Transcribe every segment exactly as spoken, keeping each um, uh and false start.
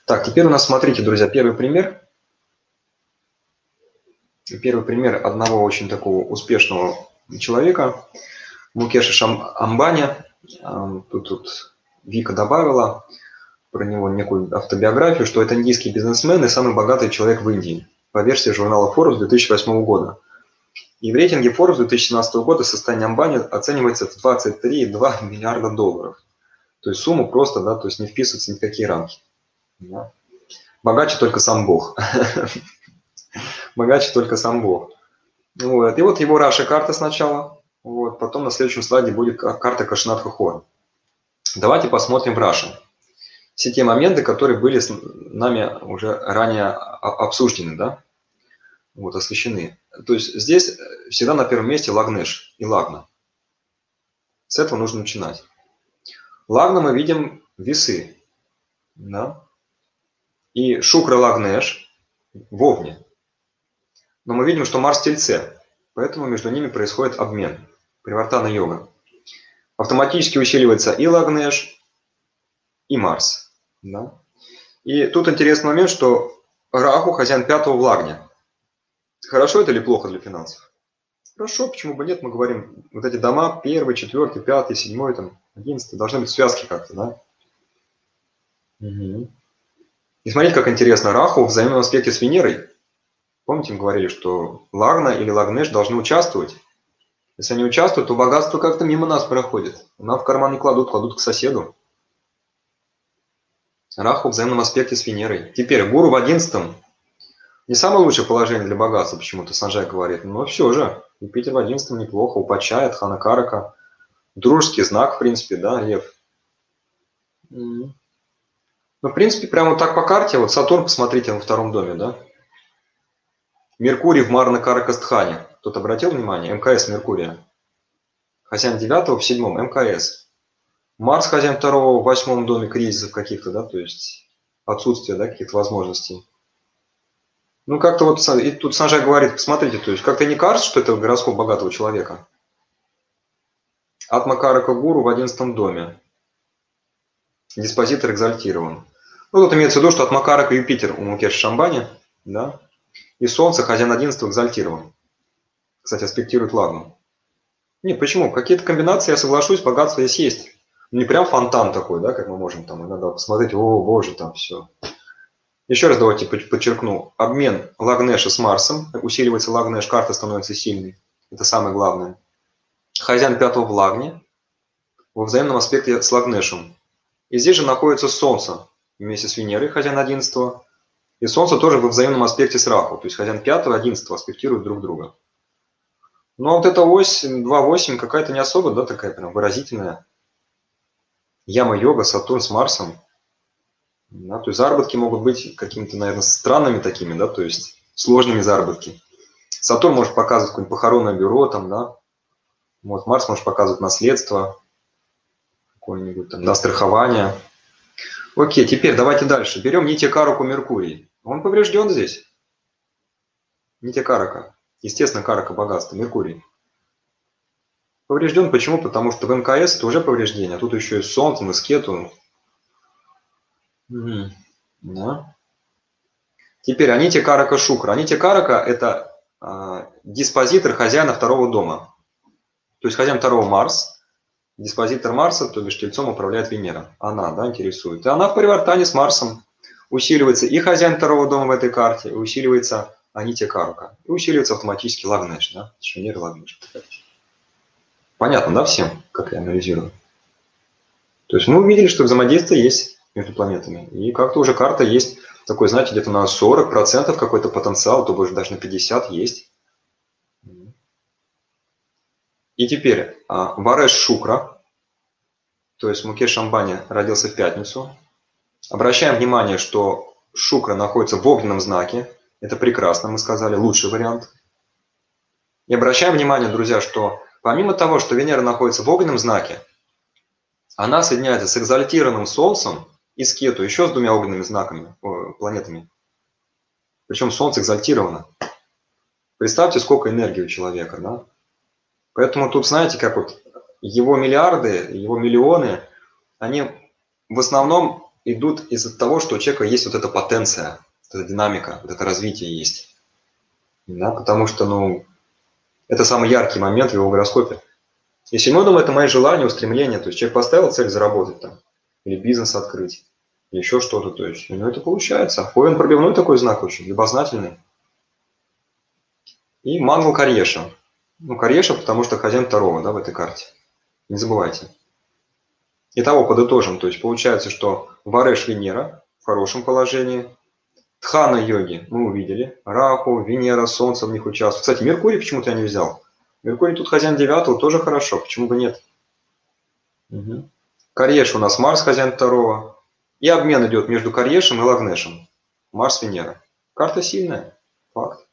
Так, теперь у нас, смотрите, друзья, первый пример. Первый пример одного очень такого успешного человека, Мукеша Шам- Амбани. Тут, тут Вика добавила про него некую автобиографию, что это индийский бизнесмен и самый богатый человек в Индии, по версии журнала Forbes две тысячи восьмого года. И в рейтинге Forbes две тысячи семнадцатого года состояние Амбани оценивается в двадцать три и два миллиарда долларов. То есть сумма просто, да, то есть не вписывается ни в какие рамки. Да. Богаче только сам Бог. Богаче только сам Бог. Вот. И вот его Раша карта сначала. Вот. Потом на следующем слайде будет карта Кашинатха Хор. Давайте посмотрим в Раше. Все те моменты, которые были с нами уже ранее обсуждены, да? Вот, освещены. То есть здесь всегда на первом месте Лагнеш и Лагна. С этого нужно начинать. Лагна мы видим весы. Да? И Шукра Лагнеш в Овне. Но мы видим, что Марс в Тельце. Поэтому между ними происходит обмен. Привартана йога. Автоматически усиливается и Лагнеш, и Марс. Да? И тут интересный момент, что Раху хозяин пятого в Лагне. Хорошо это или плохо для финансов? Хорошо, почему бы нет, мы говорим, вот эти дома, первый, четвертый, пятый, седьмой, там, одиннадцатый, должны быть связки как-то, да? Угу. И смотрите, как интересно, Раху в взаимном аспекте с Венерой. Помните, мы говорили, что Лагна или Лагнеш должны участвовать. Если они участвуют, то богатство как-то мимо нас проходит. Нам в карман не кладут, кладут к соседу. Раху в взаимном аспекте с Венерой. Теперь гуру в одиннадцатом. Не самое лучшее положение для богатства, почему-то Санджай говорит. Но все же, Юпитер в одиннадцатом неплохо, упачает, Ханакарака. Дружеский знак, в принципе, да, Лев. Ну, в принципе, прямо вот так по карте, вот Сатурн, посмотрите, во втором доме, да. Меркурий в Марна-Каракастхане. Кто-то обратил внимание? МКС Меркурия. Хозяин девятого в седьмом, МКС. Марс, хозяин второго в восьмом доме, кризисов каких-то, да, то есть отсутствие, да, каких-то возможностей. Ну, как-то вот, и тут Санджай говорит, посмотрите, то есть как-то не кажется, что это гороскоп богатого человека. Атмакарака Гуру в одиннадцатом доме. Диспозитор экзальтирован. Ну, тут имеется в виду, что Атмакарака Юпитер у Мукеша Шамбани, да, и Солнце, хозяин одиннадцатого, экзальтирован. Кстати, аспектирует Лагну. Не, почему? Какие-то комбинации, я соглашусь, богатство здесь есть. Не прям фонтан такой, да, как мы можем там иногда посмотреть, о, боже, там все. Еще раз давайте подчеркну. Обмен Лагнеша с Марсом. Усиливается Лагнеш, карта становится сильной. Это самое главное. Хозяин пятого в Лагне. Во взаимном аспекте с Лагнешем. И здесь же находится Солнце вместе с Венерой, хозяин одиннадцатого. И Солнце тоже во взаимном аспекте с Раху. То есть хозяин пятого и одиннадцатого аспектируют друг друга. Но вот эта ось два восемь какая-то не особо, да, такая прям выразительная. Яма-йога, Сатурн с Марсом. Да, то есть заработки могут быть какими-то, наверное, странными такими, да, то есть сложными заработки. Сатурн может показывать какое-нибудь похоронное бюро, там, да. Вот, Марс может показывать наследство, какое-нибудь там, да, страхование. Окей, теперь давайте дальше. Берем Нитья-Караку Меркурий. Он поврежден здесь. Нитья-Карака. Естественно, Карака богатства, Меркурий. Поврежден почему? Потому что в МКС это уже повреждение, а тут еще и с Солнцем, и с Кету. Угу. Да. Теперь Анитья Карака Шукра. Анитья Карака – это э, диспозитор хозяина второго дома. То есть хозяин второго Марс, диспозитор Марса, то бишь Тельцом управляет Венера. Она, да, интересует. И она в паривартане с Марсом. Усиливается и хозяин второго дома в этой карте, и усиливается Анитья Карака. И усиливается автоматически Лагнеш, да, Венера Лагнеш. Понятно, да, всем, как я анализирую? То есть мы увидели, что взаимодействие есть между планетами. И как-то уже карта есть такой, знаете, где-то на сорок процентов какой-то потенциал, то уже даже на пятьдесят процентов есть. И теперь Вареш Шукра, то есть Мукеш Амбани родился в пятницу. Обращаем внимание, что Шукра находится в огненном знаке. Это прекрасно, мы сказали, лучший вариант. И обращаем внимание, друзья, что помимо того, что Венера находится в огненном знаке, она соединяется с экзальтированным Солнцем и с Кету, еще с двумя огненными знаками, о, планетами. Причем Солнце экзальтировано. Представьте, сколько энергии у человека, да? Поэтому тут, знаете, как вот его миллиарды, его миллионы, они в основном идут из-за того, что у человека есть вот эта потенция, вот эта динамика, вот это развитие есть. Да, потому что, ну, это самый яркий момент в его гороскопе. И седьмой дом – это мои желания, устремления. То есть человек поставил цель заработать там, или бизнес открыть, или еще что-то. То есть у него это получается. Овен пробивной такой знак очень, любознательный. И мангал Карьеша. Ну, Карьеша, потому что хозяин второго, да, в этой карте. Не забывайте. Итого подытожим. То есть получается, что Вареш Венера в хорошем положении. Дхана йоги мы увидели. Раху, Венера, Солнце в них участвуют. Кстати, Меркурий почему-то я не взял. Меркурий тут хозяин девятого, тоже хорошо. Почему бы нет? Угу. Карьеш у нас Марс, хозяин второго. И обмен идет между Карьешем и Лагнешем. Марс-Венера. Карта сильная. Факт.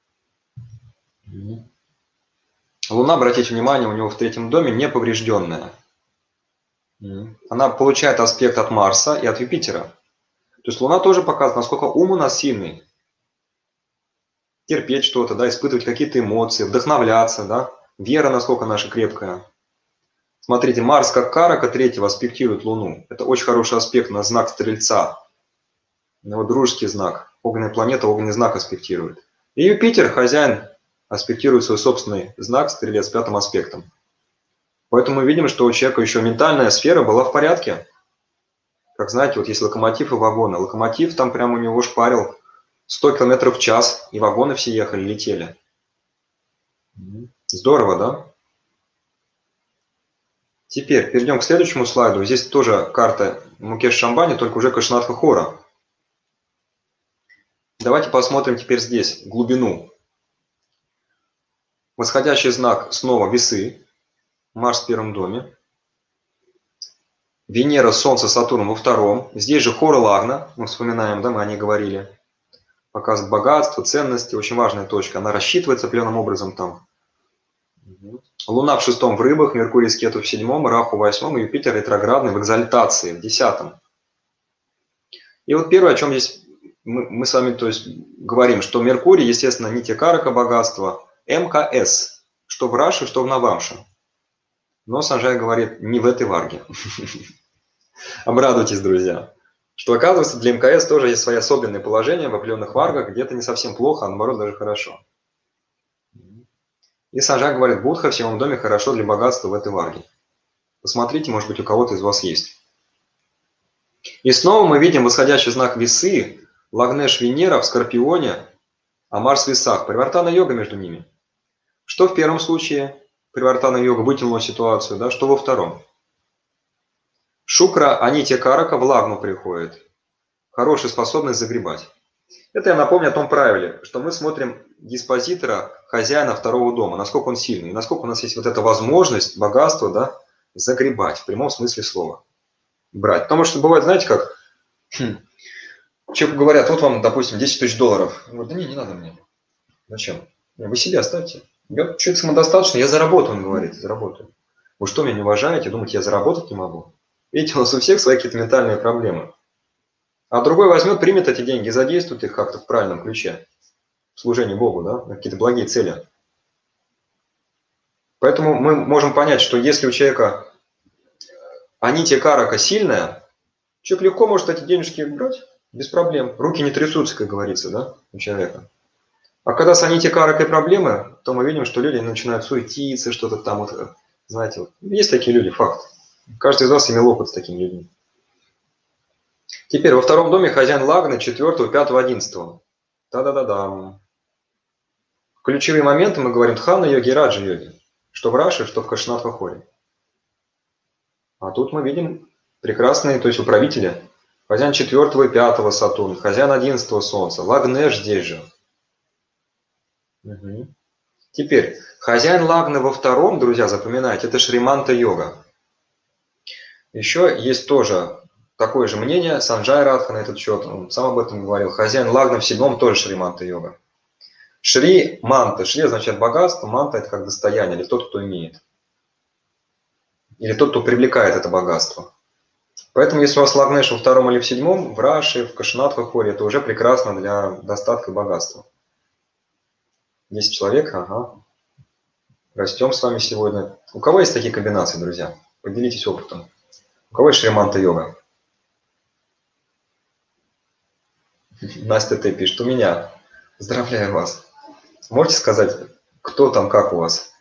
Угу. Луна, обратите внимание, у него в третьем доме не поврежденная. Угу. Она получает аспект от Марса и от Юпитера. То есть Луна тоже показывает, насколько ум у нас сильный. Терпеть что-то, да, испытывать какие-то эмоции, вдохновляться, да. Вера насколько наша крепкая. Смотрите, Марс как карака третьего аспектирует Луну. Это очень хороший аспект на знак Стрельца. Его дружеский знак. Огненная планета огненный знак аспектирует. И Юпитер, хозяин, аспектирует свой собственный знак Стрелец пятым аспектом. Поэтому мы видим, что у человека еще ментальная сфера была в порядке. Как знаете, вот есть локомотив и вагоны. Локомотив там прямо у него шпарил сто километров в час, и вагоны все ехали, летели. Здорово, да? Теперь перейдем к следующему слайду. Здесь тоже карта Мукеш Амбани, только уже Кашинатха Хора. Давайте посмотрим теперь здесь глубину. Восходящий знак снова весы. Марс в первом доме. Венера, Солнце, Сатурн во втором. Здесь же Хора Лагна, мы вспоминаем, да, мы о ней говорили. Показывает богатство, ценности, очень важная точка. Она рассчитывается определенным образом там. Луна в шестом в рыбах, Меркурий с Кету в седьмом, Раху в восьмом, и Юпитер ретроградный в экзальтации в десятом. И вот первое, о чем здесь мы, мы с вами то есть, говорим, что Меркурий, естественно, нити карака богатства, МКС, что в Раше, что в Навамше. Но Санджай говорит, не в этой варге. Обрадуйтесь, друзья, что оказывается для МКС тоже есть свои особенные положения в определенных варгах, где-то не совсем плохо, а наоборот даже хорошо. И Санджай говорит, Будха в седьмом доме хорошо для богатства в этой варге. Посмотрите, может быть, у кого-то из вас есть. И снова мы видим восходящий знак весы, Лагнеш Венера в Скорпионе, а Марс в весах. Паривартана йога между ними. Что в первом случае Паривартана йога вытянула ситуацию, да? Что во втором? Шукра, Анитья Карака в Лагну приходит. Хорошая способность загребать. Это я напомню о том правиле, что мы смотрим диспозитора, хозяина второго дома, насколько он сильный, и насколько у нас есть вот эта возможность, богатство, да, загребать, в прямом смысле слова. Брать. Потому что бывает, знаете как, хм, человеку говорят, вот вам, допустим, десять тысяч долларов. Он говорит, да не, не надо мне. Зачем? Вы себе оставьте. Я чуть самодостаточно, я заработаю, он говорит, заработаю. Вы что, меня не уважаете? Думаете, я заработать не могу? Видите, у нас у всех свои какие-то ментальные проблемы. А другой возьмет, примет эти деньги и задействует их как-то в правильном ключе. В служении Богу, да, на какие-то благие цели. Поэтому мы можем понять, что если у человека анитья карака сильная, человек легко может эти денежки брать, без проблем. Руки не трясутся, как говорится, да, у человека. А когда с анитья каракой проблемы, то мы видим, что люди начинают суетиться, что-то там, вот, знаете, вот, есть такие люди, факт. Каждый из вас имел опыт с такими людьми. Теперь во втором доме хозяин Лагны четвертого, пятого, одиннадцатого. Да-да-да-да. Ключевые моменты мы говорим Дхана йоги и Раджа йоги. Что в Раше, что в Кашинатха Хоре. А тут мы видим прекрасные, то есть управители. Хозяин четвертого и пятого Сатурн, хозяин одиннадцатого Солнца. Лагнеш здесь же. Угу. Теперь, хозяин Лагны во втором, друзья, запоминайте, это Шриманта йога. Еще есть тоже такое же мнение, Санджай Радха на этот счет, он сам об этом говорил. Хозяин Лагна в седьмом тоже Шриманта йога. Шри Манта. Шри означает богатство, манта это как достояние, или тот, кто имеет. Или тот, кто привлекает это богатство. Поэтому, если у вас Лагнеш во втором или в седьмом, в Раше, в Кашинатха Хоре, это уже прекрасно для достатка и богатства. десять человек, ага. Растем с вами сегодня. У кого есть такие комбинации, друзья? Поделитесь опытом. У кого есть Шриманта йога? Настя Т. пишет, у меня. Поздравляю вас. Можете сказать, кто там, как у вас?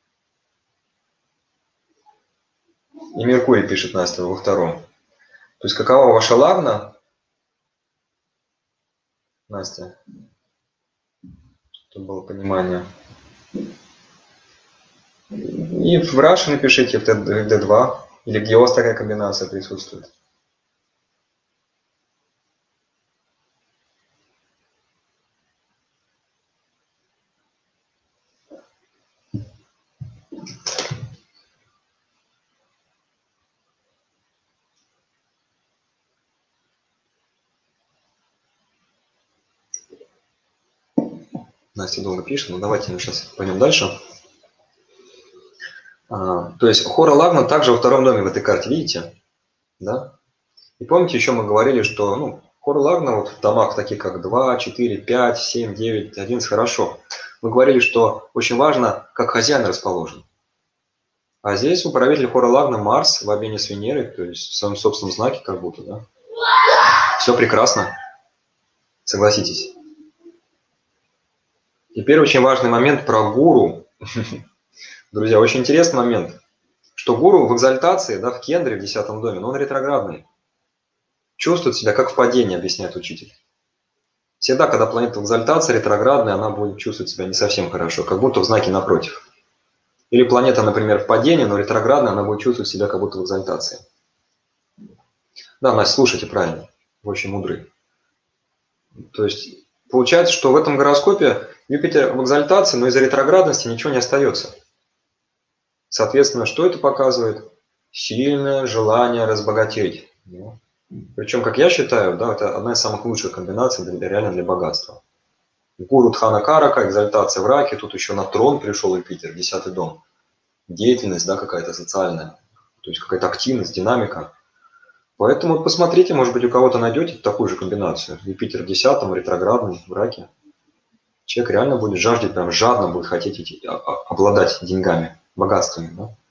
И Меркурий, пишет Настя, во втором. То есть какова ваша лагна, Настя? Чтобы было понимание. И в Rush напишите в дэ два, или где у вас такая комбинация присутствует. Настя долго пишет, но давайте мы сейчас пойдем дальше. А, то есть Хора Лагна также во втором доме в этой карте, видите? Да? И помните, еще мы говорили, что ну, Хора Лагна вот в домах таких как два, четыре, пять, семь, девять, одиннадцать хорошо. Мы говорили, что очень важно, как хозяин расположен. А здесь у правителя Хора Лагна Марс в обмене с Венерой, то есть в своем собственном знаке как будто, да? Все прекрасно. Согласитесь. Теперь очень важный момент про гуру. Друзья, очень интересный момент, что гуру в экзальтации, да, в кендре, в десятом доме, но он ретроградный. Чувствует себя как в падении, объясняет учитель. Всегда, когда планета в экзальтации ретроградная, она будет чувствовать себя не совсем хорошо, как будто в знаке напротив. Или планета, например, в падении, но ретроградная, она будет чувствовать себя как будто в экзальтации. Да, Настя, слушайте правильно, вы очень мудрый. То есть получается, что в этом гороскопе Юпитер в экзальтации, но из-за ретроградности ничего не остается. Соответственно, что это показывает? Сильное желание разбогатеть. Причем, как я считаю, да, это одна из самых лучших комбинаций для, реально для богатства. Гуру Дхана Карака, экзальтация в раке, тут еще на трон пришел Юпитер, десятый дом. Деятельность, да, какая-то социальная, то есть какая-то активность, динамика. Поэтому вот посмотрите, может быть, у кого-то найдете такую же комбинацию. Юпитер в десятом, ретроградный, в раке. Человек реально будет жаждать, прям жадно будет хотеть идти, обладать деньгами, богатствами. Да?